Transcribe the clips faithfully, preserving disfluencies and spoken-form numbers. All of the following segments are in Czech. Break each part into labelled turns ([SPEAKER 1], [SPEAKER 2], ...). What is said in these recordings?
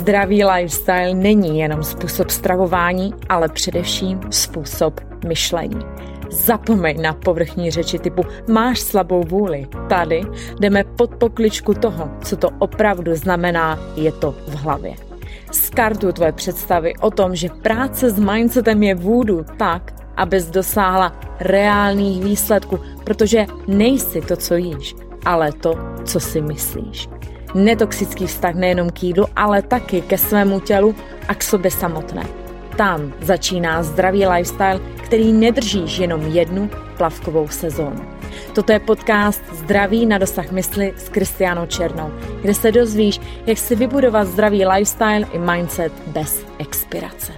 [SPEAKER 1] Zdravý lifestyle není jenom způsob stravování, ale především způsob myšlení. Zapomeň na povrchní řeči typu máš slabou vůli. Tady jdeme pod pokličku toho, co to opravdu znamená, je to v hlavě. Skartuj tvoje představy o tom, že práce s mindsetem je vůdu tak, abys dosáhla reálných výsledků, protože nejsi to, co jíš, ale to, co si myslíš. Netoxický vztah nejenom k jídlu, ale taky ke svému tělu a k sobě samotné. Tam začíná zdravý lifestyle, který nedržíš jenom jednu plavkovou sezónu. Toto je podcast Zdraví na dosah mysli s Kristiánou Černou, kde se dozvíš, jak si vybudovat zdravý lifestyle i mindset bez expirace.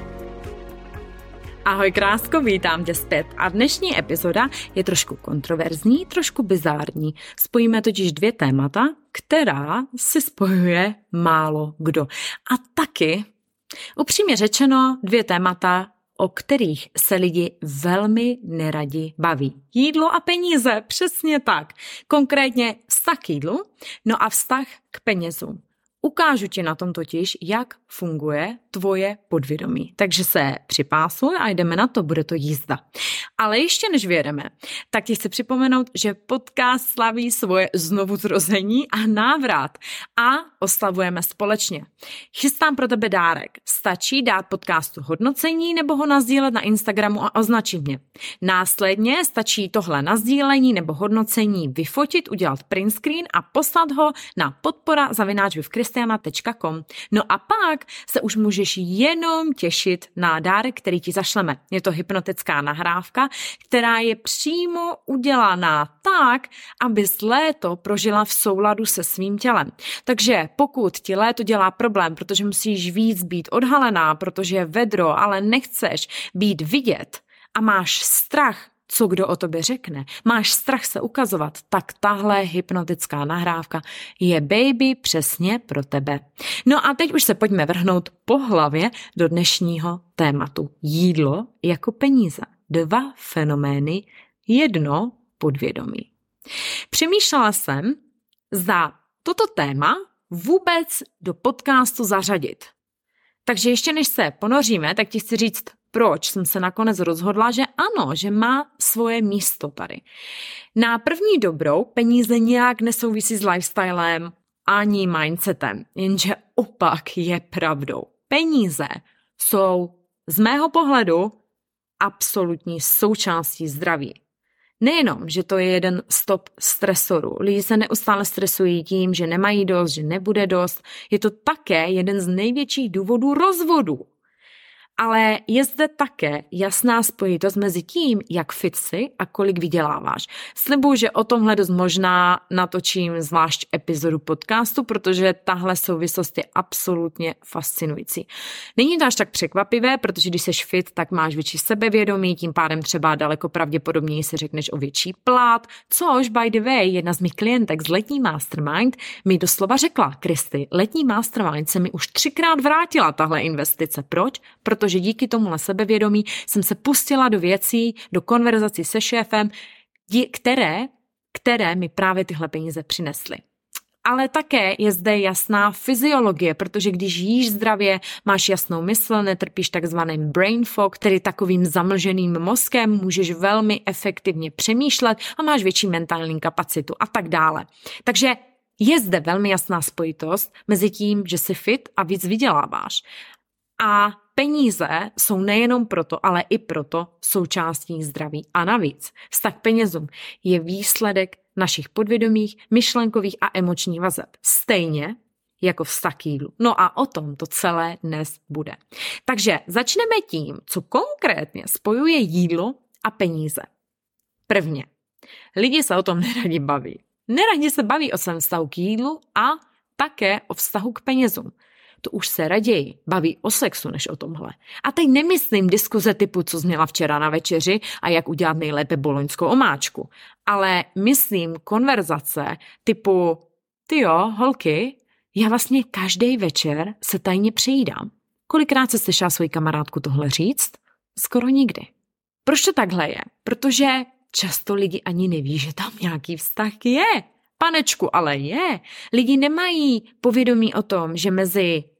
[SPEAKER 1] Ahoj krásko, vítám tě zpět a dnešní epizoda je trošku kontroverzní, trošku bizární. Spojíme totiž dvě témata, která si spojuje málo kdo. A taky, upřímně řečeno, dvě témata, o kterých se lidi velmi neradi baví. Jídlo a peníze, přesně tak. Konkrétně vztah k jídlu, no a vztah k penězům. Ukážu ti na tom totiž, jak funguje tvoje podvědomí. Takže se připásuj a jdeme na to, bude to jízda. Ale ještě než vyjedeme, tak ti chci připomenout, že podcast slaví svoje znovuzrození a návrat a oslavujeme společně. Chystám pro tebe dárek. Stačí dát podcastu hodnocení nebo ho nazdílet na Instagramu a označit mě. Následně stačí tohle nazdílení nebo hodnocení vyfotit, udělat print screen a poslat ho na podpora zavináč vivkristiana tečka com. No a pak se už můžeš jenom těšit na dárek, který ti zašleme. Je to hypnotická nahrávka, která je přímo udělaná tak, abys léto prožila v souladu se svým tělem. Takže pokud ti léto dělá problém, protože musíš víc být odhalená, protože je vedro, ale nechceš být vidět a máš strach, co kdo o tobě řekne, máš strach se ukazovat, tak tahle hypnotická nahrávka je baby přesně pro tebe. No a teď už se pojďme vrhnout po hlavě do dnešního tématu. Jídlo jako peníze. Dva fenomény, jedno podvědomí. Přemýšlela jsem, zda toto téma vůbec do podcastu zařadit. Takže ještě než se ponoříme, tak ti chci říct, proč jsem se nakonec rozhodla, že ano, že má svoje místo tady. Na první dobrou peníze nějak nesouvisí s lifestylem ani mindsetem, jenže opak je pravdou. Peníze jsou z mého pohledu absolutní součástí zdraví. Nejenom, že to je jeden z top stresorů. Lidi se neustále stresují tím, že nemají dost, že nebude dost. Je to také jeden z největších důvodů rozvodu. Ale je zde také jasná spojitost mezi tím, jak fit jsi a kolik vyděláváš. Slibuju, že o tomhle dost možná natočím zvlášť epizodu podcastu, protože tahle souvislost je absolutně fascinující. Není to až tak překvapivé, protože když jsi fit, tak máš větší sebevědomí, tím pádem třeba daleko pravděpodobněji si řekneš o větší plát, což by the way, jedna z mých klientek z letní mastermind mi doslova řekla, Kristy, letní mastermind se mi už třikrát vrátila tahle investice. Proč? Protože že díky tomuhle sebevědomí jsem se pustila do věcí, do konverzací se šéfem, které, které mi právě tyhle peníze přinesly. Ale také je zde jasná fyziologie, protože když jíš zdravě, máš jasnou mysl, netrpíš takzvaným brain fog, tedy takovým zamlženým mozkem, můžeš velmi efektivně přemýšlet a máš větší mentální kapacitu a tak dále. Takže je zde velmi jasná spojitost mezi tím, že jsi fit a víc vyděláváš. A peníze jsou nejenom proto, ale i proto součástí zdraví. A navíc vztah k penězům je výsledek našich podvědomých, myšlenkových a emočních vazeb. Stejně jako vztah k jídlu. No a o tom to celé dnes bude. Takže začneme tím, co konkrétně spojuje jídlo a peníze. Prvně, lidi se o tom neradi baví. Neradi se baví o svém vztahu k jídlu a také o vztahu k penězům. To už se raději baví o sexu, než o tomhle. A teď nemyslím diskuze typu, co jsi měla včera na večeři a jak udělat nejlépe boloňskou omáčku. Ale myslím konverzace typu, tyjo, holky, já vlastně každý večer se tajně přejídám. Kolikrát se slyšela svoji kamarádku tohle říct? Skoro nikdy. Proč to takhle je? Protože často lidi ani neví, že tam nějaký vztah je. Panečku, ale je. Lidi nemají povědomí o tom, že mezi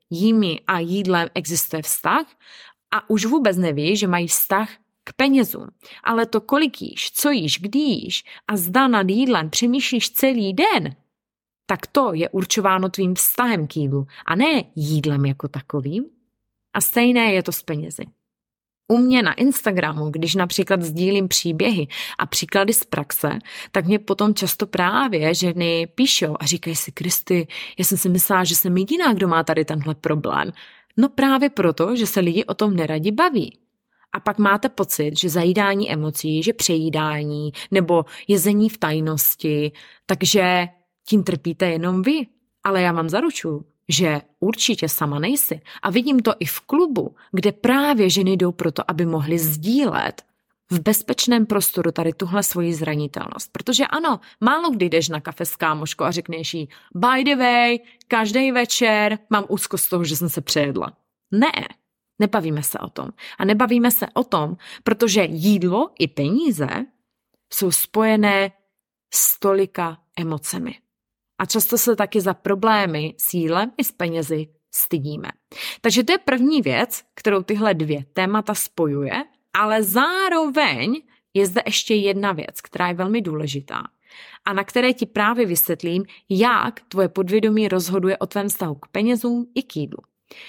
[SPEAKER 1] jimi a jídlem existuje vztah a už vůbec neví, že mají vztah k penězům. Ale to, kolik jíš, co jíš, kdy jíš a zda nad jídlem přemýšlíš celý den, tak to je určováno tvým vztahem k jídlu a ne jídlem jako takovým. A stejné je to s penězi. U mě na Instagramu, když například sdílím příběhy a příklady z praxe, tak mě potom často právě ženy píšou a říkají si, Kristy, já jsem si myslela, že jsem jediná, kdo má tady tenhle problém. No právě proto, že se lidi o tom neradi baví. A pak máte pocit, že zajídání emocí, že přejídání nebo jezení v tajnosti, takže tím trpíte jenom vy. Ale já vám zaručuju, že určitě sama nejsi. A vidím to i v klubu, kde právě ženy jdou proto, aby mohly sdílet v bezpečném prostoru tady tuhle svoji zranitelnost. Protože ano, málo kdy jdeš na kafe s kámoškou a řekneš jí, by the way, každý večer mám úzkost z toho, že jsem se přejedla. Ne, nebavíme se o tom. A nebavíme se o tom, protože jídlo i peníze jsou spojené s tolika emocemi. A často se taky za problémy s jídlem i s penězi stydíme. Takže to je první věc, kterou tyhle dvě témata spojuje, ale zároveň je zde ještě jedna věc, která je velmi důležitá a na které ti právě vysvětlím, jak tvoje podvědomí rozhoduje o tvém vztahu k penězům i k jídlu.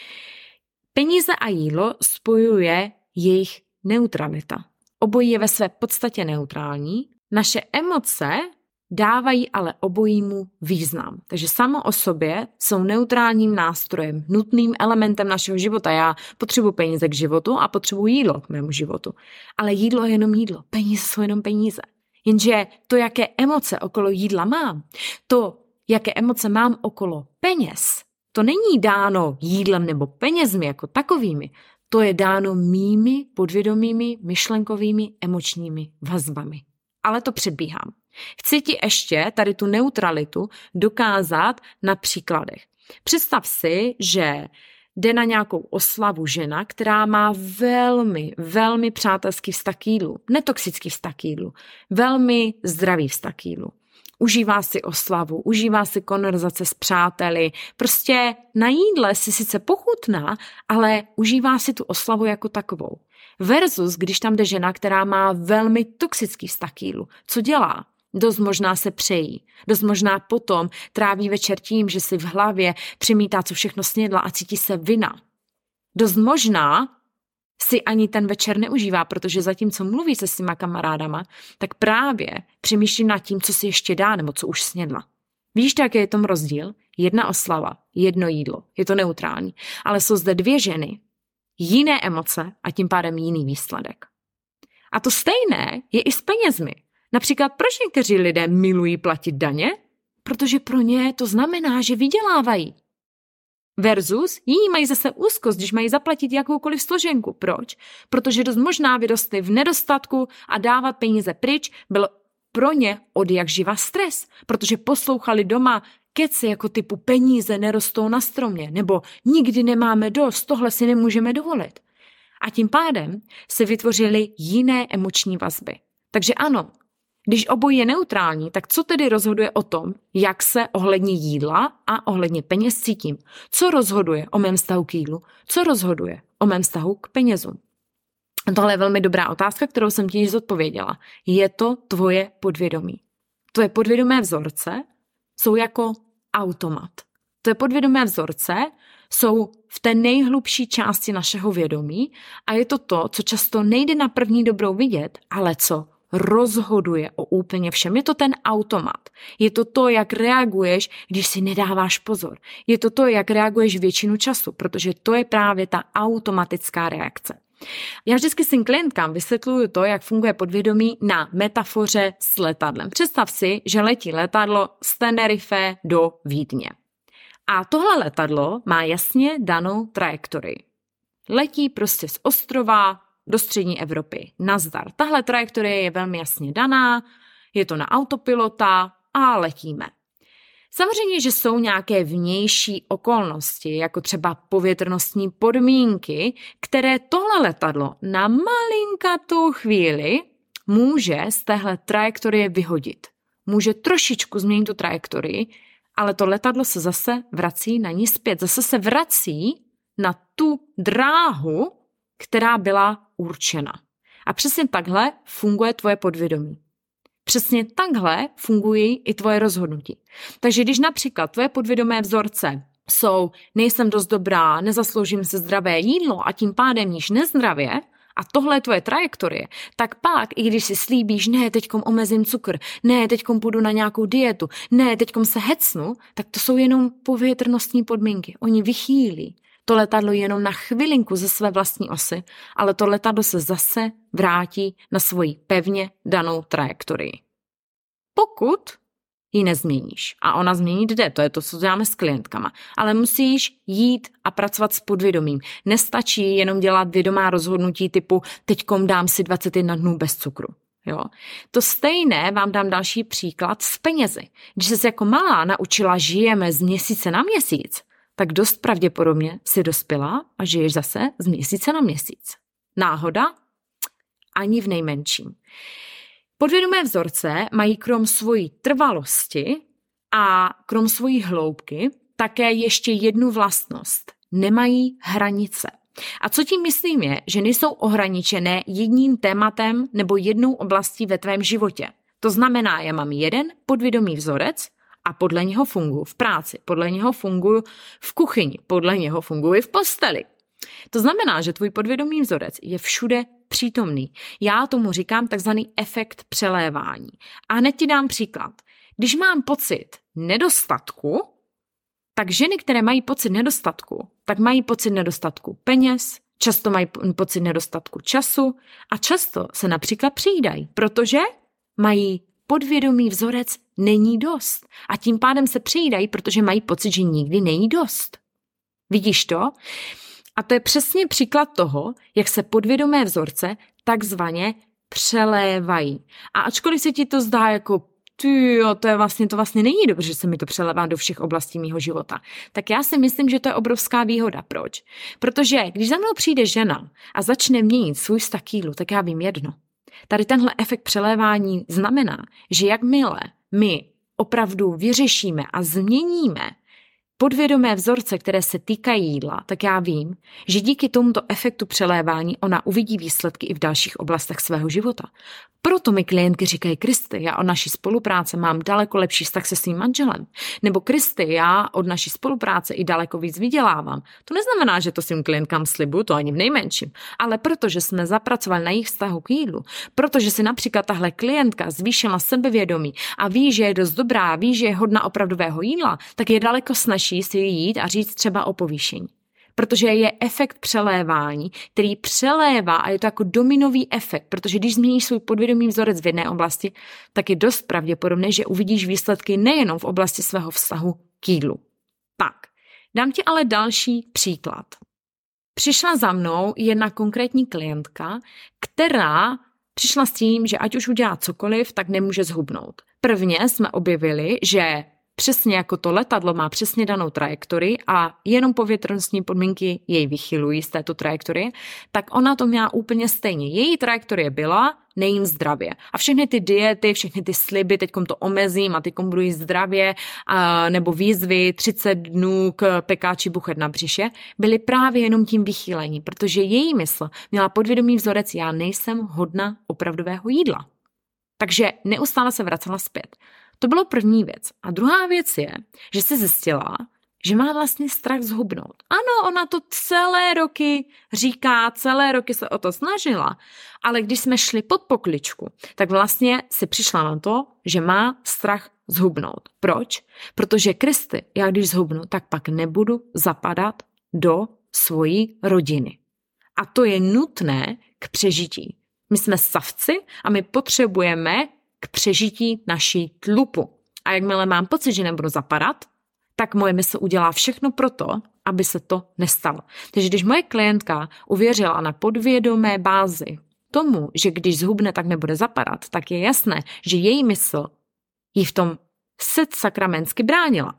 [SPEAKER 1] Peníze a jídlo spojuje jejich neutralita. Obojí je ve své podstatě neutrální. Naše emoce dávají ale obojímu význam. Takže samo o sobě jsou neutrálním nástrojem, nutným elementem našeho života. Já potřebuji peníze k životu a potřebuji jídlo k mému životu. Ale jídlo je jenom jídlo. Peníze jsou jenom peníze. Jenže to, jaké emoce okolo jídla mám, to, jaké emoce mám okolo peněz, to není dáno jídlem nebo penězmi jako takovými. To je dáno mými podvědomými, myšlenkovými, emočními vazbami. Ale to předbíhám. Chci ti ještě tady tu neutralitu dokázat na příkladech. Představ si, že jde na nějakou oslavu žena, která má velmi, velmi přátelský vztah k jídlu, netoxický vztah k jídlu, velmi zdravý vztah k jídlu. Užívá si oslavu, užívá si konverzace s přáteli, prostě na jídle si sice pochutná, ale užívá si tu oslavu jako takovou. Versus, když tam jde žena, která má velmi toxický vztah k jídlu. Co dělá? Dost možná se přejí. Dost možná potom tráví večer tím, že si v hlavě přemítá, co všechno snědla a cítí se vina. Dost možná si ani ten večer neužívá, protože zatímco mluví se s těma kamarádama, tak právě přemýšlí nad tím, co si ještě dá nebo co už snědla. Víš, jaký je tom rozdíl? Jedna oslava, jedno jídlo. Je to neutrální. Ale jsou zde dvě ženy, jiné emoce a tím pádem jiný výsledek. A to stejné je i s penězmi. Například proč někteří lidé milují platit daně? Protože pro ně to znamená, že vydělávají. Versus jiní mají zase úzkost, když mají zaplatit jakoukoliv složenku. Proč? Protože dost možná vyrostli v nedostatku a dávat peníze pryč byl pro ně od jak živa stres, protože poslouchali doma keci jako typu peníze nerostou na stromě nebo nikdy nemáme dost, tohle si nemůžeme dovolit. A tím pádem se vytvořily jiné emoční vazby. Takže ano, když obojí je neutrální, tak co tedy rozhoduje o tom, jak se ohledně jídla a ohledně peněz cítím? Co rozhoduje o mém vztahu k jídlu? Co rozhoduje o mém vztahu k penězům? Tohle je velmi dobrá otázka, kterou jsem ti již zodpověděla. Je to tvoje podvědomí. Tvoje podvědomé vzorce jsou jako automat. Tvoje podvědomé vzorce jsou v té nejhlubší části našeho vědomí a je to to, co často nejde na první dobrou vidět, ale co rozhoduje o úplně všem. Je to ten automat. Je to to, jak reaguješ, když si nedáváš pozor. Je to to, jak reaguješ většinu času, protože to je právě ta automatická reakce. Já vždycky svým klientkám vysvětluju to, jak funguje podvědomí na metafoře s letadlem. Představ si, že letí letadlo z Tenerife do Vídně. A tohle letadlo má jasně danou trajektorii. Letí prostě z ostrova do střední Evropy. Nazdar. Tahle trajektorie je velmi jasně daná, je to na autopilota a letíme. Samozřejmě, že jsou nějaké vnější okolnosti, jako třeba povětrnostní podmínky, které tohle letadlo na malinkatou chvíli může z téhle trajektorie vyhodit. Může trošičku změnit tu trajektorii ale to letadlo se zase vrací na ní zpět. Zase se vrací na tu dráhu, která byla určena. A přesně takhle funguje tvoje podvědomí. Přesně takhle fungují i tvoje rozhodnutí. Takže když například tvoje podvědomé vzorce jsou nejsem dost dobrá, nezasloužím si zdravé jídlo a tím pádem jíš nezdravě, a tohle je tvoje trajektorie, tak pak, i když si slíbíš, ne, teďkom omezím cukr, ne, teďkom půjdu na nějakou dietu, ne, teďkom se hecnu, tak to jsou jenom povětrnostní podmínky. Oni vychýlí to letadlo jenom na chvilinku ze své vlastní osy, ale to letadlo se zase vrátí na svoji pevně danou trajektorii. Pokud ji nezměníš. A ona změnit jde, to je to, co děláme s klientkama. Ale musíš jít a pracovat s podvědomím. Nestačí jenom dělat vědomá rozhodnutí typu teďkom dám si dvacet jedna dnů bez cukru. Jo? To stejné vám dám další příklad s penězi. Když jsi jako malá naučila žijeme z měsíce na měsíc, tak dost pravděpodobně si dospěla a žiješ zase z měsíce na měsíc. Náhoda? Ani v nejmenším. Podvědomé vzorce mají krom svojí trvalosti a krom svojí hloubky také ještě jednu vlastnost. Nemají hranice. A co tím myslím je, že nejsou ohraničené jedním tématem nebo jednou oblastí ve tvém životě. To znamená, já mám jeden podvědomý vzorec a podle něho funguji v práci, podle něho funguji v kuchyni, podle něho funguji v posteli. To znamená, že tvůj podvědomý vzorec je všude přítomný. Já tomu říkám takzvaný efekt přelévání. A hned ti dám příklad. Když mám pocit nedostatku, tak ženy, které mají pocit nedostatku, tak mají pocit nedostatku peněz, často mají pocit nedostatku času a často se například přijídají, protože mají podvědomý vzorec není dost. A tím pádem se přijídají, protože mají pocit, že nikdy není dost. Vidíš to? A to je přesně příklad toho, jak se podvědomé vzorce takzvaně přelévají. A ačkoliv se ti to zdá jako tyjo, to je vlastně, to vlastně není dobře, že se mi to přelévá do všech oblastí mýho života, tak já si myslím, že to je obrovská výhoda. Proč? Protože když za mnou přijde žena a začne měnit svůj vztah k jídlu, tak já vím jedno. Tady tenhle efekt přelévání znamená, že jakmile my opravdu vyřešíme a změníme podvědomé vzorce, které se týkají jídla, tak já vím, že díky tomuto efektu přelévání ona uvidí výsledky i v dalších oblastech svého života. Proto mi klientky říkají, Kristy, já od naší spolupráce mám daleko lepší vztah se svým manželem. Nebo Kristy, já od naší spolupráce i daleko víc vydělávám. To neznamená, že to svým klientkám slibuju, to ani v nejmenším. Ale protože jsme zapracovali na jejich vztahu k jídlu, protože si například tahle klientka zvýšila sebevědomí a ví, že je dost dobrá, ví, že je hodna opravdového jídla, tak je daleko snazší si jít a říct třeba o povýšení. Protože je efekt přelévání, který přelévá a je to jako dominový efekt, protože když změníš svůj podvědomý vzorec v jedné oblasti, tak je dost pravděpodobné, že uvidíš výsledky nejenom v oblasti svého vztahu k jídlu. Tak, dám ti ale další příklad. Přišla za mnou jedna konkrétní klientka, která přišla s tím, že ať už udělá cokoliv, tak nemůže zhubnout. Prvně jsme objevili, že přesně jako to letadlo má přesně danou trajektorii a jenom povětrnostní podmínky jej vychylují z této trajektorie, tak ona to měla úplně stejně. Její trajektorie byla nejím zdravě. A všechny ty diety, všechny ty sliby, teďkom to omezím a teďkom budu jíst zdravě, a, nebo výzvy třicet dnů k pekáči buchet na břiše, byly právě jenom tím vychýlení, protože její mysl měla podvědomý vzorec, já nejsem hodna opravdového jídla. Takže neustále se vracela zpět. To bylo první věc. A druhá věc je, že se zjistila, že má vlastně strach zhubnout. Ano, ona to celé roky říká, celé roky se o to snažila, ale když jsme šli pod pokličku, tak vlastně si přišla na to, že má strach zhubnout. Proč? Protože Kristy, já když zhubnu, tak pak nebudu zapadat do svojí rodiny. A to je nutné k přežití. My jsme savci a my potřebujeme k přežití naší tlupu. A jakmile mám pocit, že nebudu zapadat, tak moje mysl udělá všechno pro to, aby se to nestalo. Takže když moje klientka uvěřila na podvědomé bázi tomu, že když zhubne, tak nebude zapadat, tak je jasné, že její mysl jí v tom set sakramensky bránila.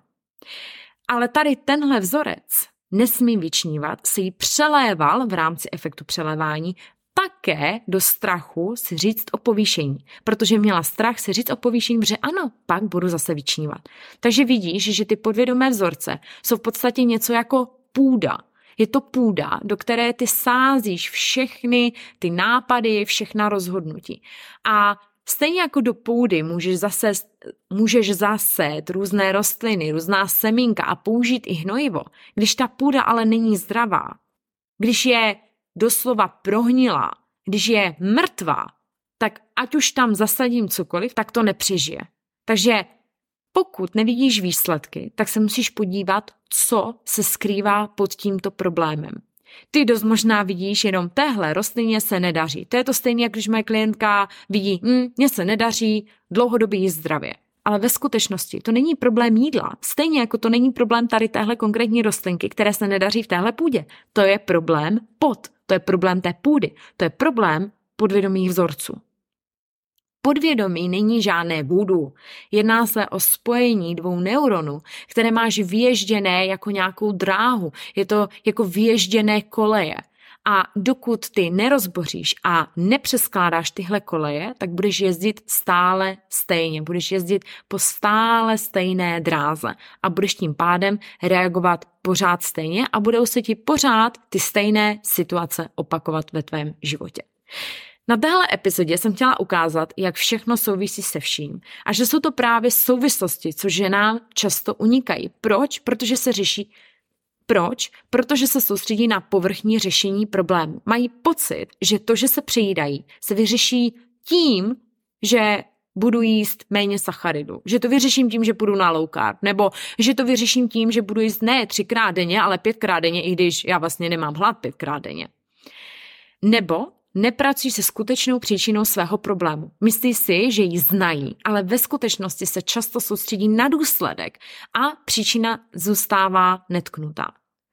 [SPEAKER 1] Ale tady tenhle vzorec nesmí vyčnívat, se jí přeléval v rámci efektu přelévání také do strachu si říct o povýšení, protože měla strach si říct o povýšení, že ano, pak budu zase vyčnívat. Takže vidíš, že ty podvědomé vzorce jsou v podstatě něco jako půda. Je to půda, do které ty sázíš všechny ty nápady, všechna rozhodnutí. A stejně jako do půdy můžeš zase, můžeš zasét různé rostliny, různá semínka a použít i hnojivo. Když ta půda ale není zdravá, když je doslova prohnilá, když je mrtvá, tak ať už tam zasadím cokoliv, tak to nepřežije. Takže pokud nevidíš výsledky, tak se musíš podívat, co se skrývá pod tímto problémem. Ty dost možná vidíš jenom téhle rostlině se nedaří. To je to stejné, jak když moje klientka vidí, hm, mně se nedaří, dlouhodobě jí zdravě. Ale ve skutečnosti to není problém jídla. Stejně jako to není problém tady téhle konkrétní rostlinky, které se nedaří v téhle půdě. To je problém pod. To je problém té půdy. To je problém podvědomých vzorců. Podvědomí není žádné vůdu. Jedná se o spojení dvou neuronů, které máš vyježděné jako nějakou dráhu. Je to jako vyježděné koleje. A dokud ty nerozboříš a nepřeskládáš tyhle koleje, tak budeš jezdit stále stejně. Budeš jezdit po stále stejné dráze a budeš tím pádem reagovat pořád stejně a budou se ti pořád ty stejné situace opakovat ve tvém životě. Na téhle epizodě jsem chtěla ukázat, jak všechno souvisí se vším a že jsou to právě souvislosti, co ženám často unikají. Proč? Protože se řeší Proč? Protože se soustředí na povrchní řešení problému. Mají pocit, že to, že se přejídají, se vyřeší tím, že budu jíst méně sacharidů, že to vyřeším tím, že půjdu na low carb, nebo že to vyřeším tím, že budu jíst ne třikrát denně, ale pětkrát denně, i když já vlastně nemám hlad pětkrát denně. Nebo nepracují se skutečnou příčinou svého problému. Myslí si, že ji znají, ale ve skutečnosti se často soustředí na důsledek a příčina zůstává netknutá.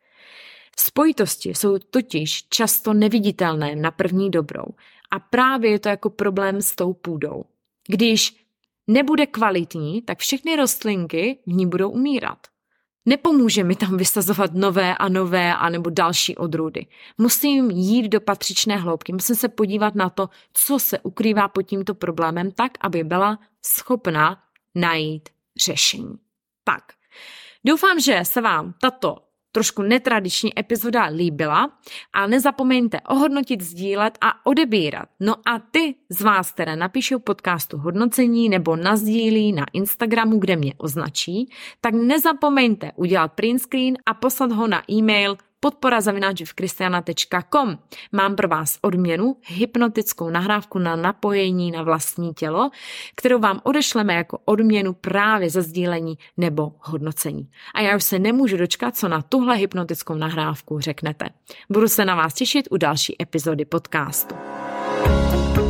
[SPEAKER 1] Spojitosti jsou totiž často neviditelné na první dobrou a právě je to jako problém s tou půdou. Když nebude kvalitní, tak všechny rostlinky v ní budou umírat. Nepomůže mi tam vysazovat nové a nové a nebo další odrůdy. Musím jít do patřičné hloubky, musím se podívat na to, co se ukrývá pod tímto problémem tak, aby byla schopna najít řešení. Tak, doufám, že se vám tato trošku netradiční epizoda líbila a nezapomeňte ohodnotit, sdílet a odebírat. No a ty z vás, které napíšou podcastu hodnocení nebo nazdílí na Instagramu, kde mě označí, tak nezapomeňte udělat print screen a poslat ho na e-mail podpora zavináč v kristiana tečka com. Mám pro vás odměnu, hypnotickou nahrávku na napojení na vlastní tělo, kterou vám odešleme jako odměnu právě za sdílení nebo hodnocení. A já už se nemůžu dočkat, co na tuhle hypnotickou nahrávku řeknete. Budu se na vás těšit u další epizody podcastu.